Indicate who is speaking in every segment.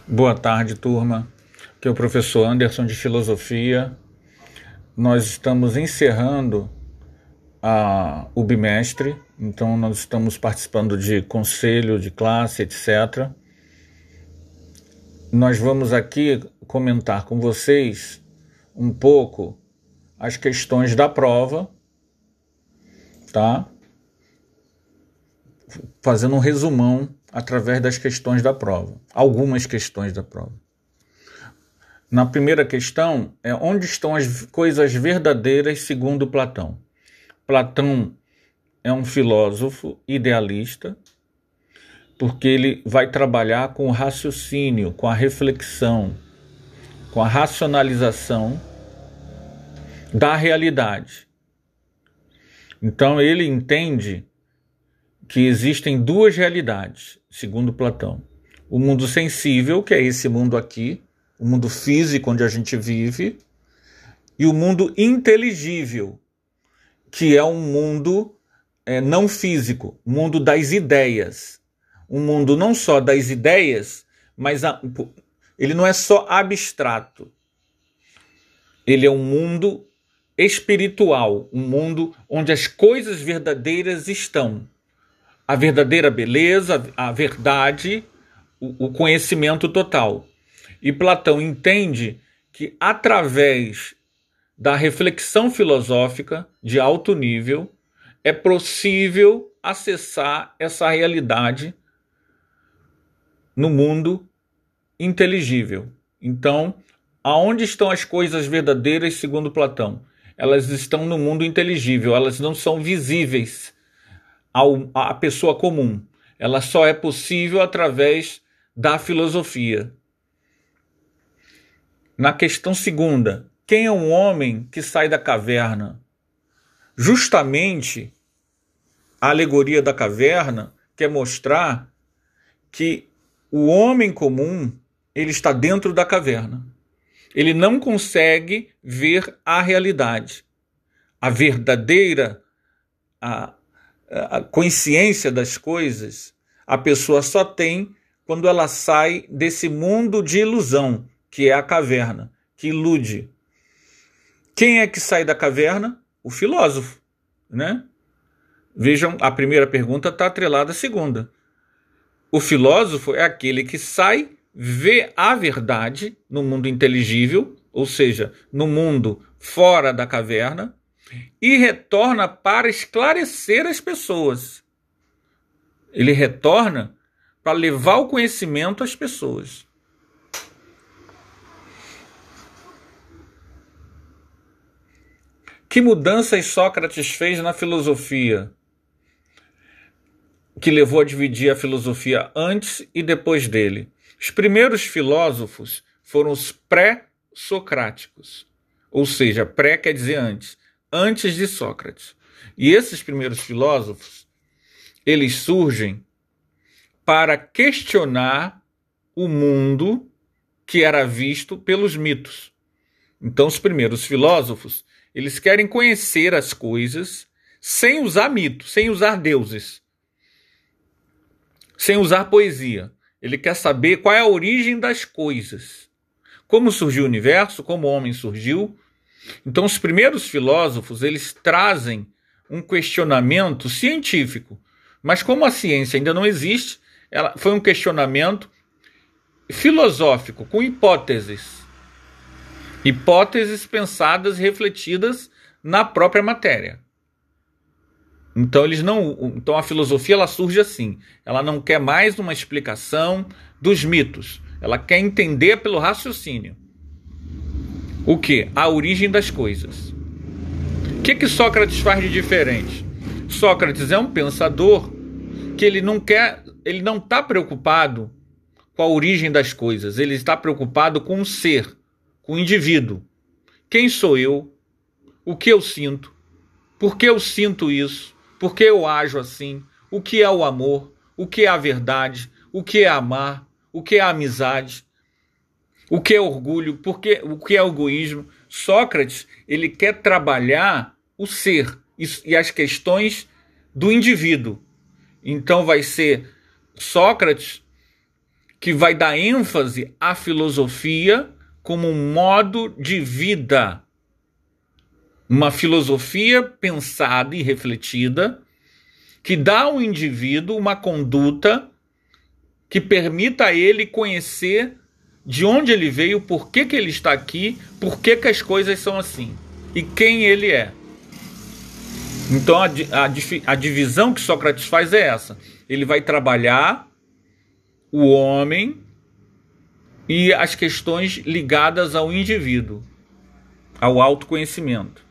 Speaker 1: Boa tarde, turma. Aqui é o professor Anderson de Filosofia. Nós estamos encerrando o bimestre, então nós estamos participando de conselho de classe, etc. Nós vamos aqui comentar com vocês um pouco as questões da prova, tá? Fazendo um resumão através das questões da prova, algumas questões da prova. Na primeira questão, onde estão as coisas verdadeiras segundo Platão? Platão é um filósofo idealista, porque ele vai trabalhar com o raciocínio, com a reflexão, com a racionalização da realidade. Então ele entende que existem duas realidades, segundo Platão. O mundo sensível, que é esse mundo aqui, o mundo físico onde a gente vive, e o mundo inteligível, que é um mundo não físico, o mundo das ideias. Um mundo não só das ideias, mas ele não é só abstrato. Ele é um mundo espiritual, um mundo onde as coisas verdadeiras estão. A verdadeira beleza, a verdade, o conhecimento total. E Platão entende que através da reflexão filosófica de alto nível é possível acessar essa realidade no mundo inteligível. Então, aonde estão as coisas verdadeiras segundo Platão? Elas estão no mundo inteligível, elas não são visíveis à pessoa comum. Ela só é possível através da filosofia. Na questão segunda, quem é um homem que sai da caverna? Justamente, a alegoria da caverna quer mostrar que o homem comum, ele está dentro da caverna. Ele não consegue ver a realidade. A verdadeira, a consciência das coisas, a pessoa só tem quando ela sai desse mundo de ilusão, que é a caverna, que ilude. Quem é que sai da caverna? O filósofo, né? Vejam, a primeira pergunta está atrelada à segunda. O filósofo é aquele que sai, vê a verdade no mundo inteligível, ou seja, no mundo fora da caverna, e retorna para esclarecer as pessoas. Ele retorna para levar o conhecimento às pessoas. Que mudanças Sócrates fez na filosofia, que levou a dividir a filosofia antes e depois dele? Os primeiros filósofos foram os pré-socráticos, ou seja, pré quer dizer antes de Sócrates. E esses primeiros filósofos, eles surgem para questionar o mundo que era visto pelos mitos. Então, os primeiros filósofos, eles querem conhecer as coisas sem usar mito, sem usar deuses, sem usar poesia. Ele quer saber qual é a origem das coisas, como surgiu o universo, como o homem surgiu. Então, os primeiros filósofos, eles trazem um questionamento científico, mas como a ciência ainda não existe, foi um questionamento filosófico, com hipóteses. Hipóteses pensadas e refletidas na própria matéria. Então a filosofia ela surge assim. Ela não quer mais uma explicação dos mitos. Ela quer entender pelo raciocínio. O quê? A origem das coisas. O que Sócrates faz de diferente? Sócrates é um pensador que ele não está preocupado com a origem das coisas. Ele está preocupado com o ser, com o indivíduo. Quem sou eu? O que eu sinto? Por que eu sinto isso? Por que eu ajo assim? O que é o amor? O que é a verdade? O que é amar? O que é a amizade? O que é orgulho? O que é egoísmo? Sócrates, ele quer trabalhar o ser e as questões do indivíduo. Então vai ser Sócrates que vai dar ênfase à filosofia como um modo de vida. Uma filosofia pensada e refletida que dá ao indivíduo uma conduta que permita a ele conhecer de onde ele veio, por que ele está aqui, por que as coisas são assim e quem ele é. Então a divisão que Sócrates faz é essa. Ele vai trabalhar o homem e as questões ligadas ao indivíduo, ao autoconhecimento.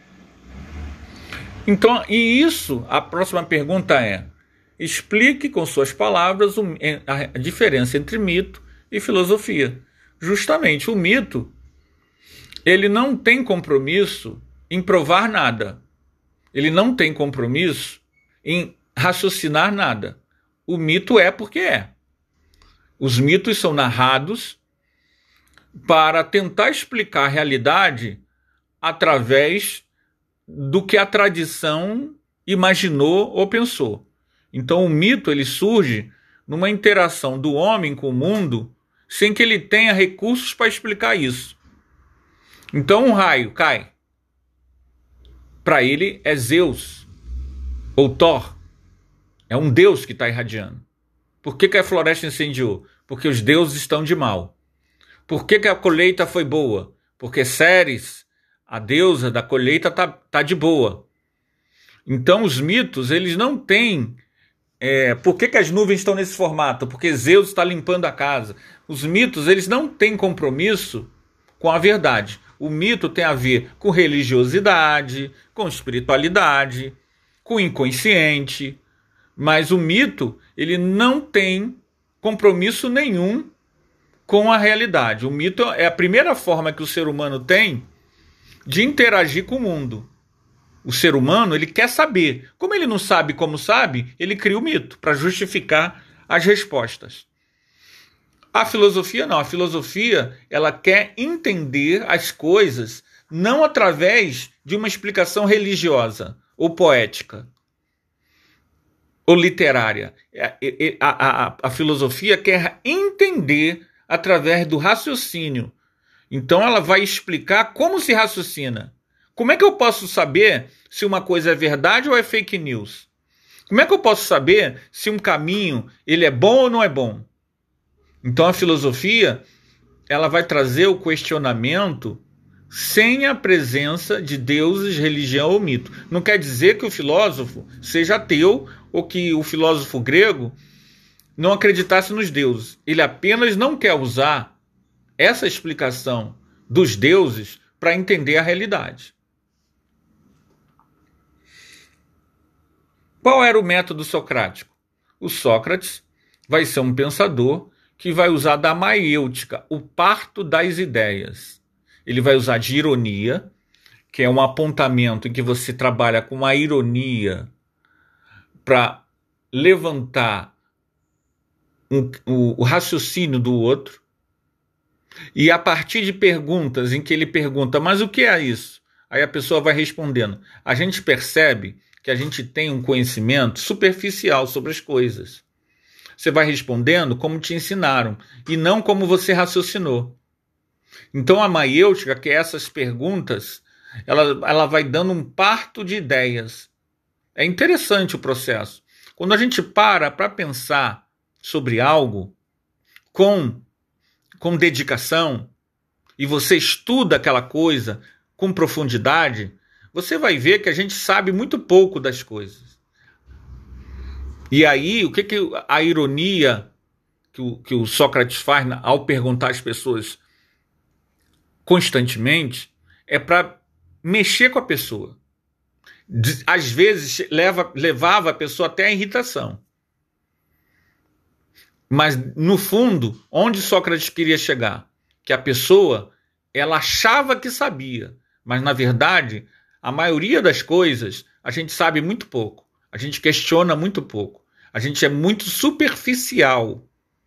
Speaker 1: Então, e isso, a próxima pergunta é: explique com suas palavras a diferença entre mito e filosofia. Justamente, o mito, ele não tem compromisso em provar nada. Ele não tem compromisso em raciocinar nada. O mito é porque é. Os mitos são narrados para tentar explicar a realidade através do que a tradição imaginou ou pensou. Então o mito ele surge numa interação do homem com o mundo sem que ele tenha recursos para explicar isso. Então um raio cai. Para ele é Zeus ou Thor. É um deus que está irradiando. Por que a floresta incendiou? Porque os deuses estão de mal. Por que a colheita foi boa? Porque Ceres, a deusa da colheita, tá de boa. Então os mitos, eles não têm... por que as nuvens estão nesse formato? Porque Zeus está limpando a casa. Os mitos, eles não têm compromisso com a verdade. O mito tem a ver com religiosidade, com espiritualidade, com inconsciente. Mas o mito, ele não tem compromisso nenhum com a realidade. O mito é a primeira forma que o ser humano tem de interagir com o mundo. O ser humano, ele quer saber. Como ele não sabe como sabe, ele cria o mito para justificar as respostas. A filosofia não. A filosofia, ela quer entender as coisas não através de uma explicação religiosa ou poética ou literária. A filosofia quer entender através do raciocínio. Então ela vai explicar como se raciocina. Como é que eu posso saber se uma coisa é verdade ou é fake news? Como é que eu posso saber se um caminho ele é bom ou não é bom? Então a filosofia ela vai trazer o questionamento sem a presença de deuses, religião ou mito. Não quer dizer que o filósofo seja ateu ou que o filósofo grego não acreditasse nos deuses. Ele apenas não quer usar essa explicação dos deuses para entender a realidade. Qual era o método socrático? O Sócrates vai ser um pensador que vai usar da maiêutica, o parto das ideias. Ele vai usar de ironia, que é um apontamento em que você trabalha com a ironia para levantar o raciocínio do outro. E a partir de perguntas em que ele pergunta, mas o que é isso? Aí a pessoa vai respondendo. A gente percebe que a gente tem um conhecimento superficial sobre as coisas. Você vai respondendo como te ensinaram e não como você raciocinou. Então a maiêutica, que é essas perguntas, ela vai dando um parto de ideias. É interessante o processo. Quando a gente para pensar sobre algo com dedicação e você estuda aquela coisa com profundidade, você vai ver que a gente sabe muito pouco das coisas. E aí, o que a ironia que o Sócrates faz ao perguntar às pessoas constantemente é para mexer com a pessoa. Às vezes levava a pessoa até a irritação. Mas, no fundo, onde Sócrates queria chegar? Que a pessoa, ela achava que sabia, mas, na verdade, a maioria das coisas a gente sabe muito pouco. A gente questiona muito pouco. A gente é muito superficial.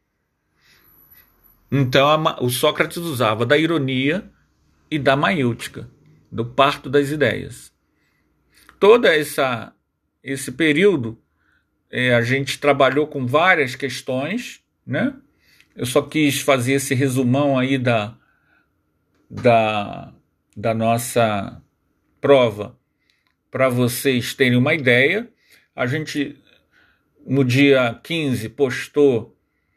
Speaker 1: Então, o Sócrates usava da ironia e da maiêutica, do parto das ideias. Todo esse período, a gente trabalhou com várias questões, né? Eu só quis fazer esse resumão aí da nossa prova para vocês terem uma ideia. A gente, no dia 15, postou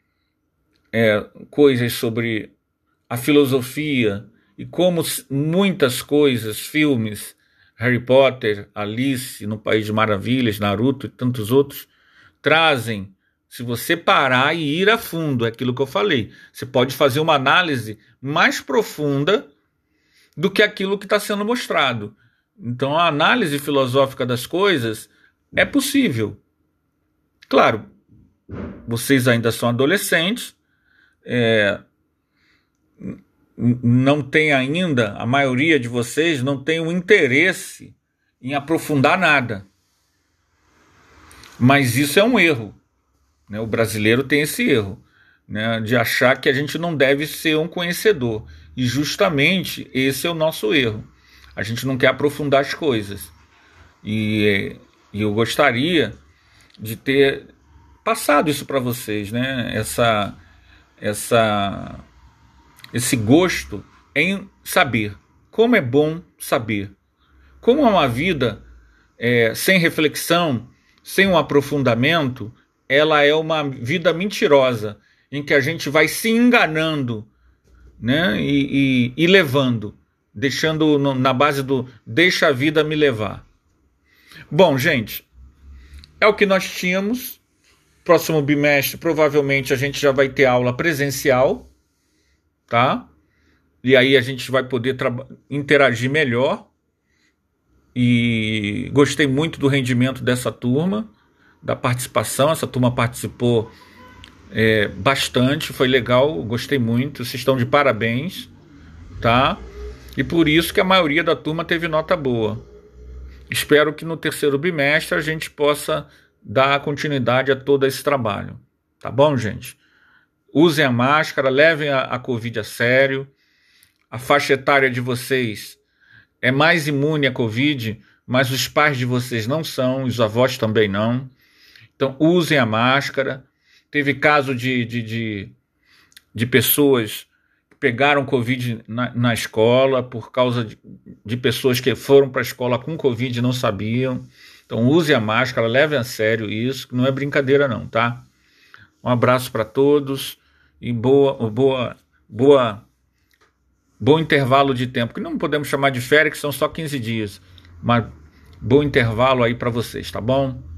Speaker 1: coisas sobre a filosofia e como muitas coisas, filmes, Harry Potter, Alice no País de Maravilhas, Naruto e tantos outros, trazem. Se você parar e ir a fundo, é aquilo que eu falei, você pode fazer uma análise mais profunda do que aquilo que está sendo mostrado. Então, a análise filosófica das coisas é possível. Claro, vocês ainda são adolescentes, não tem ainda, a maioria de vocês não tem o interesse em aprofundar nada. Mas isso é um erro, né? O brasileiro tem esse erro, né, de achar que a gente não deve ser um conhecedor. E justamente esse é o nosso erro. A gente não quer aprofundar as coisas. E eu gostaria de ter passado isso para vocês, né? Esse gosto em saber. Como é bom saber. Como é uma vida sem reflexão, sem um aprofundamento, ela é uma vida mentirosa, em que a gente vai se enganando, né? E levando, deixando na base do deixa a vida me levar. Bom, gente, é o que nós tínhamos. Próximo bimestre, provavelmente, a gente já vai ter aula presencial, tá? E aí a gente vai poder interagir melhor. E gostei muito do rendimento dessa turma, da participação. Essa turma participou bastante, foi legal, gostei muito. Vocês estão de parabéns, tá? E por isso que a maioria da turma teve nota boa. Espero que no terceiro bimestre a gente possa dar continuidade a todo esse trabalho. Tá bom, gente? Usem a máscara, levem a Covid a sério. A faixa etária de vocês é mais imune à Covid, mas os pais de vocês não são, os avós também não. Então, usem a máscara. Teve caso de pessoas que pegaram Covid na escola por causa de pessoas que foram para a escola com Covid e não sabiam. Então, use a máscara, levem a sério isso, que não é brincadeira não, tá? Um abraço para todos e bom intervalo de tempo, que não podemos chamar de férias, que são só 15 dias, mas bom intervalo aí para vocês, tá bom?